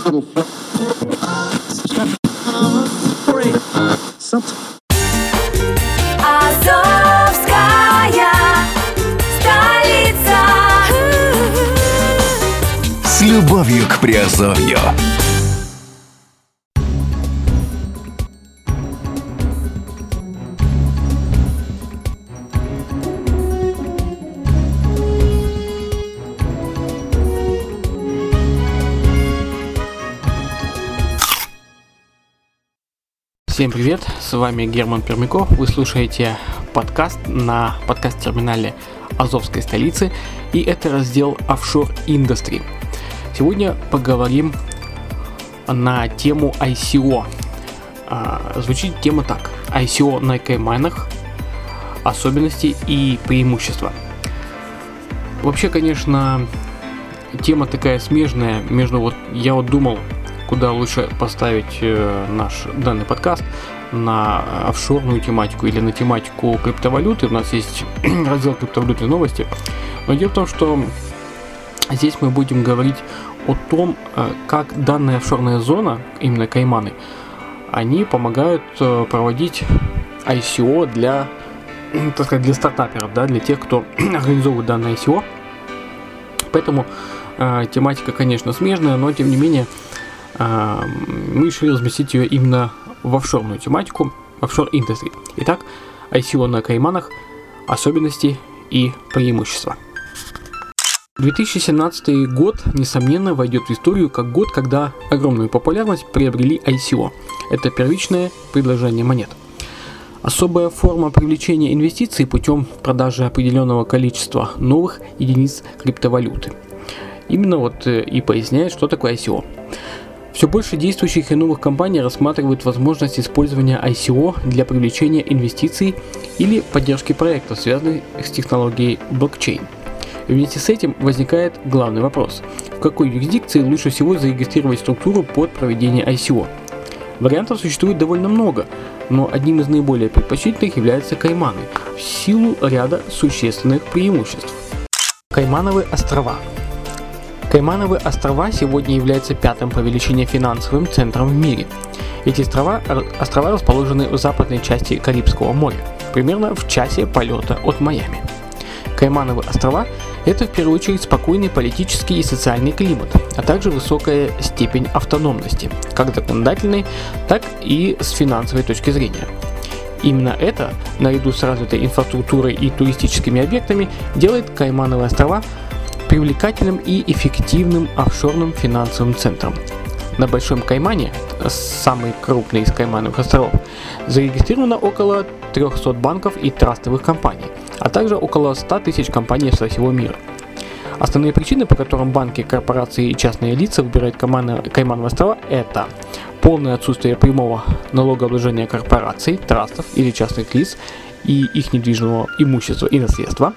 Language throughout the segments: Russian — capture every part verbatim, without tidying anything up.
столица. С любовью к Приазовью. Всем привет, с вами Герман Пермяков, вы слушаете подкаст на подкаст-терминале Азовской столицы, и это раздел Offshore Industry. Сегодня поговорим на тему ай си о. Звучит тема так: ай си о на Кайманах, особенности и преимущества. Вообще, конечно, тема такая смежная между вот, я вот думал, куда лучше поставить э, наш данный подкаст, на офшорную тематику или на тематику криптовалюты. У нас есть раздел криптовалюты новости. Но дело в том, что здесь мы будем говорить о том, э, как данная офшорная зона, именно Кайманы, они помогают э, проводить ай си о для, так сказать, для стартаперов, да, для тех, кто организовывает данное ай си о. Поэтому э, тематика, конечно, смежная, но тем не менее мы решили разместить ее именно в офшорную тематику, Offshore Industry. Итак, ай си о на Кайманах, особенности и преимущества. две тысячи семнадцатый год, несомненно, войдет в историю как год, когда огромную популярность приобрели ай си о. Это первичное предложение монет. Особая форма привлечения инвестиций путем продажи определенного количества новых единиц криптовалюты. Именно вот и поясняет, что такое ай си о. Все больше действующих и новых компаний рассматривают возможность использования ай си о для привлечения инвестиций или поддержки проектов, связанных с технологией блокчейн. Вместе с этим возникает главный вопрос: в какой юрисдикции лучше всего зарегистрировать структуру под проведение ай си о? Вариантов существует довольно много, но одним из наиболее предпочтительных являются Кайманы в силу ряда существенных преимуществ. Каймановы острова. Каймановые острова сегодня являются пятым по величине финансовым центром в мире. Эти острова, острова расположены в западной части Карибского моря, примерно в часе полета от Майами. Каймановые острова – это в первую очередь спокойный политический и социальный климат, а также высокая степень автономности, как законодательной, так и с финансовой точки зрения. Именно это, наряду с развитой инфраструктурой и туристическими объектами, делает Каймановые острова привлекательным и эффективным офшорным финансовым центром. На Большом Каймане, самый крупный из Каймановых островов, зарегистрировано около трехсот банков и трастовых компаний, а также около ста тысяч компаний со всего мира. Основные причины, по которым банки, корпорации и частные лица выбирают Каймановые острова, это полное отсутствие прямого налогообложения корпораций, трастов или частных лиц и их недвижимого имущества и наследства.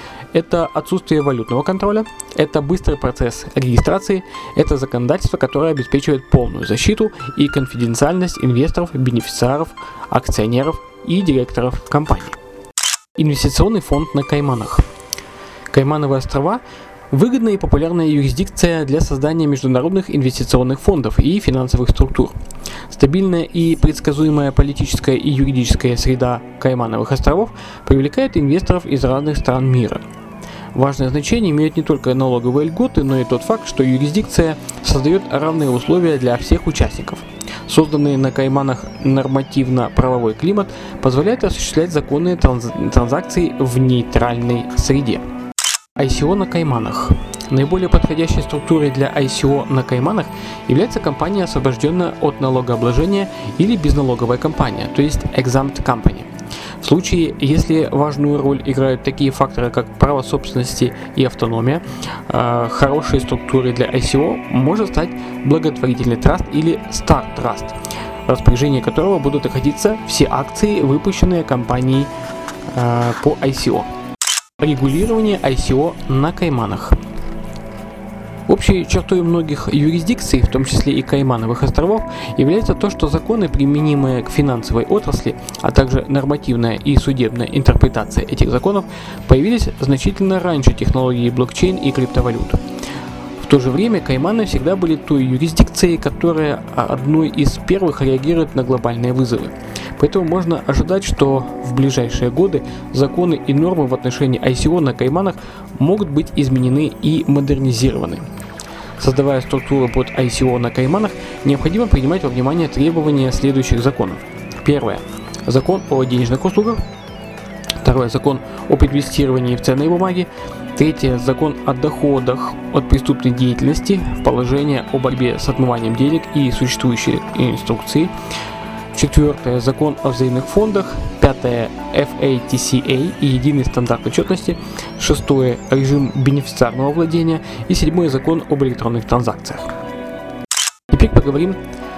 Это отсутствие валютного контроля, это быстрый процесс регистрации, это законодательство, которое обеспечивает полную защиту и конфиденциальность инвесторов, бенефициаров, акционеров и директоров компаний. Инвестиционный фонд на Кайманах. Каймановые острова – выгодная и популярная юрисдикция для создания международных инвестиционных фондов и финансовых структур. Стабильная и предсказуемая политическая и юридическая среда Каймановых островов привлекает инвесторов из разных стран мира. Важное значение имеют не только налоговые льготы, но и тот факт, что юрисдикция создает равные условия для всех участников. Созданный на Кайманах нормативно-правовой климат позволяет осуществлять законные транз- транзакции в нейтральной среде. ай си о на Кайманах. Наиболее подходящей структурой для ай си о на Кайманах является компания, освобожденная от налогообложения, или безналоговая компания, то есть exempt company. В случае, если важную роль играют такие факторы, как право собственности и автономия, э, хорошей структурой для ай си о может стать благотворительный траст или Star Trust, в распоряжении которого будут находиться все акции, выпущенные компанией э, по ай си о. Регулирование ай си о на Кайманах. Общей чертой многих юрисдикций, в том числе и Каймановых островов, является то, что законы, применимые к финансовой отрасли, а также нормативная и судебная интерпретация этих законов, появились значительно раньше технологии блокчейн и криптовалют. В то же время Кайманы всегда были той юрисдикцией, которая одной из первых реагирует на глобальные вызовы. Поэтому можно ожидать, что в ближайшие годы законы и нормы в отношении ай си о на Кайманах могут быть изменены и модернизированы. Создавая структуру под ай си о на Кайманах, необходимо принимать во внимание требования следующих законов. Первое. Закон о денежных услугах. Второе. Закон об инвестировании в ценные бумаги. Третье. Закон о доходах от преступной деятельности, положение о борьбе с отмыванием денег и существующие инструкции. Четвертое. Закон о взаимных фондах. Пятое. эф эй ти си эй и единый стандарт отчетности. Шестое. Режим бенефициарного владения. И седьмое. Закон об электронных транзакциях. Теперь поговорим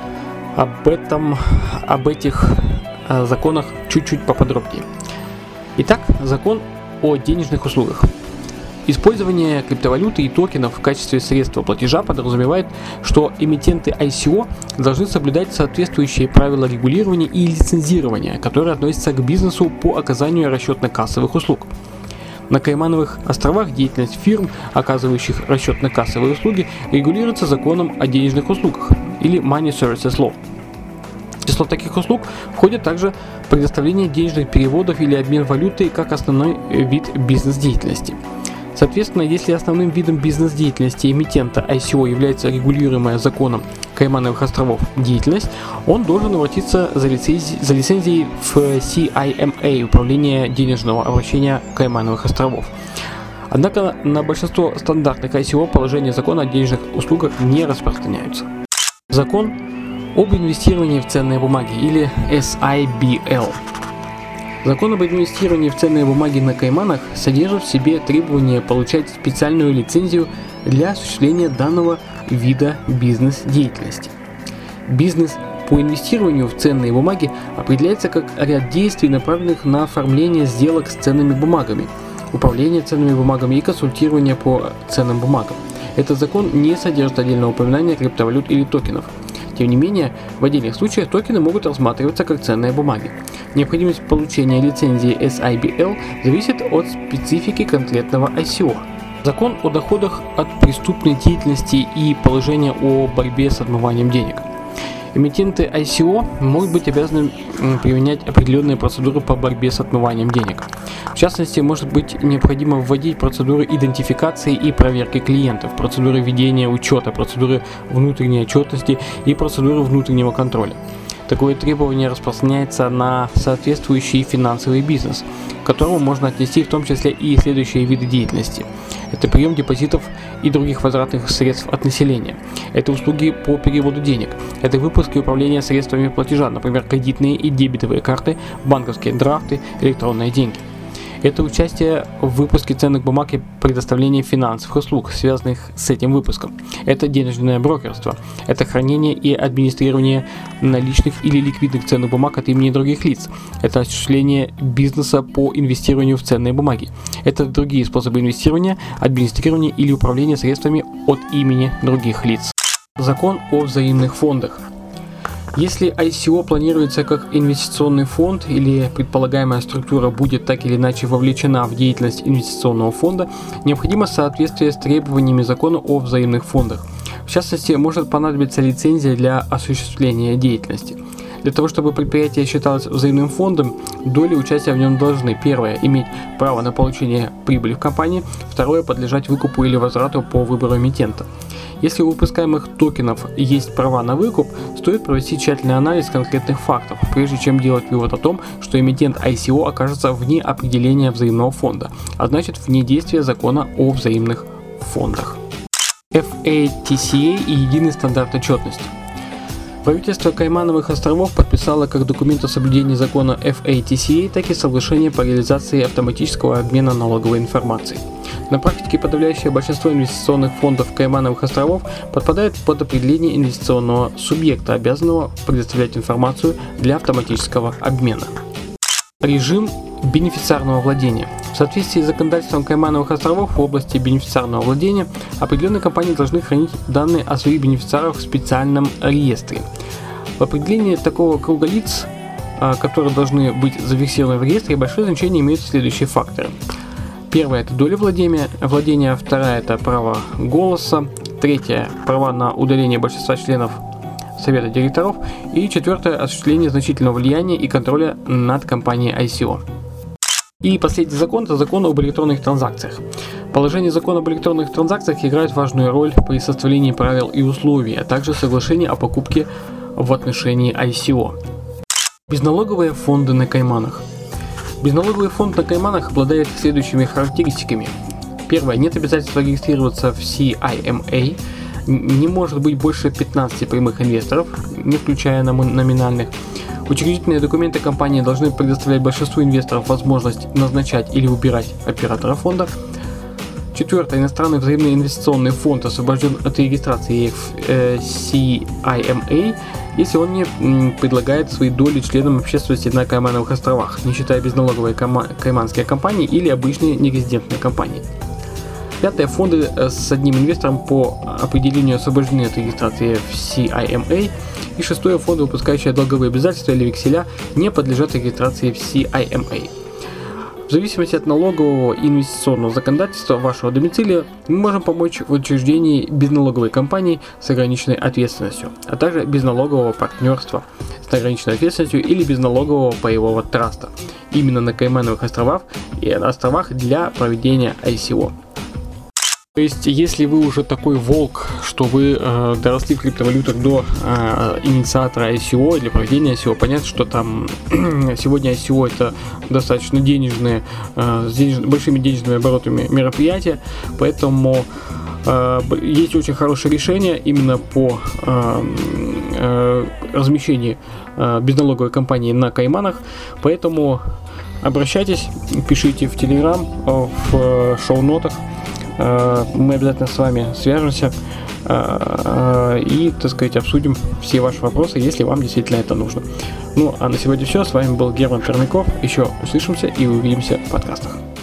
об этом, об этих э, законах чуть-чуть поподробнее. Итак, закон о денежных услугах. Использование криптовалюты и токенов в качестве средства платежа подразумевает, что эмитенты ай си о должны соблюдать соответствующие правила регулирования и лицензирования, которые относятся к бизнесу по оказанию расчетно-кассовых услуг. На Каймановых островах деятельность фирм, оказывающих расчетно-кассовые услуги, регулируется законом о денежных услугах или Money Services Law. В число таких услуг входит также предоставление денежных переводов или обмен валютой как основной вид бизнес-деятельности. Соответственно, если основным видом бизнес-деятельности эмитента ай си о является регулируемая законом Каймановых островов деятельность, он должен обратиться за, лицензи- за лицензией в си ай эм эй, Управление денежного обращения Каймановых островов. Однако на большинство стандартных ай си о положения закона о денежных услугах не распространяются. Закон об инвестировании в ценные бумаги или эс ай би эл. Закон об инвестировании в ценные бумаги на Кайманах содержит в себе требование получать специальную лицензию для осуществления данного вида бизнес-деятельности. Бизнес по инвестированию в ценные бумаги определяется как ряд действий, направленных на оформление сделок с ценными бумагами, управление ценными бумагами и консультирование по ценным бумагам. Этот закон не содержит отдельного упоминания криптовалют или токенов. Тем не менее, в отдельных случаях токены могут рассматриваться как ценные бумаги. Необходимость получения лицензии эс ай би эл зависит от специфики конкретного ай си о. Закон о доходах от преступной деятельности и положение о борьбе с отмыванием денег. Эмитенты ай си о могут быть обязаны применять определенные процедуры по борьбе с отмыванием денег. В частности, может быть необходимо вводить процедуры идентификации и проверки клиентов, процедуры ведения учета, процедуры внутренней отчетности и процедуры внутреннего контроля. Такое требование распространяется на соответствующий финансовый бизнес, к которому можно отнести в том числе и следующие виды деятельности. Это прием депозитов и других возвратных средств от населения. Это услуги по переводу денег. Это выпуск и управление средствами платежа, например, кредитные и дебетовые карты, банковские драфты, электронные деньги. Это участие в выпуске ценных бумаг и предоставление финансовых услуг, связанных с этим выпуском. Это денежное брокерство. Это хранение и администрирование наличных или ликвидных ценных бумаг от имени других лиц. Это осуществление бизнеса по инвестированию в ценные бумаги. Это другие способы инвестирования, администрирования или управления средствами от имени других лиц. Закон о взаимных фондах. Если ай си о планируется как инвестиционный фонд или предполагаемая структура будет так или иначе вовлечена в деятельность инвестиционного фонда, необходимо соответствие с требованиями закона о взаимных фондах. В частности, может понадобиться лицензия для осуществления деятельности. Для того, чтобы предприятие считалось взаимным фондом, доли участия в нем должны: первое, иметь право на получение прибыли в компании, второе, подлежать выкупу или возврату по выбору эмитента. Если у выпускаемых токенов есть права на выкуп, стоит провести тщательный анализ конкретных фактов, прежде чем делать вывод о том, что эмитент ай си о окажется вне определения взаимного фонда, а значит вне действия закона о взаимных фондах. эф эй ти си эй и единый стандарт отчетности. Правительство Каймановых островов подписало как документ о соблюдении закона эф эй ти си эй, так и соглашение по реализации автоматического обмена налоговой информацией. На практике подавляющее большинство инвестиционных фондов Каймановых островов подпадает под определение инвестиционного субъекта, обязанного предоставлять информацию для автоматического обмена. Режим бенефициарного владения. В соответствии с законодательством Каймановых островов в области бенефициарного владения определенные компании должны хранить данные о своих бенефициарах в специальном реестре. В определении такого круга лиц, которые должны быть зафиксированы в реестре, большое значение имеют следующие факторы. Первое – это доля владения, владения, вторая – это право голоса, Третье – права на удаление большинства членов совета директоров. И четвертое – осуществление значительного влияния и контроля над компанией ай си о. И последний закон – это закон об электронных транзакциях. Положения закона об электронных транзакциях играют важную роль при составлении правил и условий, а также соглашений о покупке в отношении ай си о. Безналоговые фонды на Кайманах. Безналоговый фонд на Кайманах обладает следующими характеристиками. Первое. Нет обязательства регистрироваться в си ай эм эй. Не может быть больше пятнадцати прямых инвесторов, не включая номинальных. Учредительные документы компании должны предоставлять большинству инвесторов возможность назначать или убирать оператора фонда. Четвертое. Иностранный взаимный инвестиционный фонд освобожден от регистрации в си ай эм эй, если он не предлагает свои доли членам общественности на Каймановых островах, не считая безналоговые кайманские компании или обычные нерезидентные компании. Пятое. Фонды с одним инвестором по определению освобождены от регистрации в си ай эм эй. И шестое. Фонды, выпускающие долговые обязательства или векселя, не подлежат регистрации в си ай эм эй. В зависимости от налогового и инвестиционного законодательства вашего домицилия мы можем помочь в учреждении безналоговой компании с ограниченной ответственностью, а также безналогового партнерства с ограниченной ответственностью или безналогового паевого траста именно на Каймановых островах и островах для проведения ай си о. То есть, если вы уже такой волк, что вы э, доросли в криптовалютах до э, инициатора ай си о или проведения ай си о, понятно, что там сегодня ай си о это достаточно денежные, э, с денеж... большими денежными оборотами мероприятия, поэтому э, есть очень хорошее решение именно по э, э, размещению э, безналоговой компании на Кайманах, поэтому обращайтесь, пишите в Telegram, в шоу-нотах. Мы обязательно с вами свяжемся и, так сказать, обсудим все ваши вопросы, если вам действительно это нужно. Ну, а на сегодня все. С вами был Герман Пермяков. Еще услышимся и увидимся в подкастах.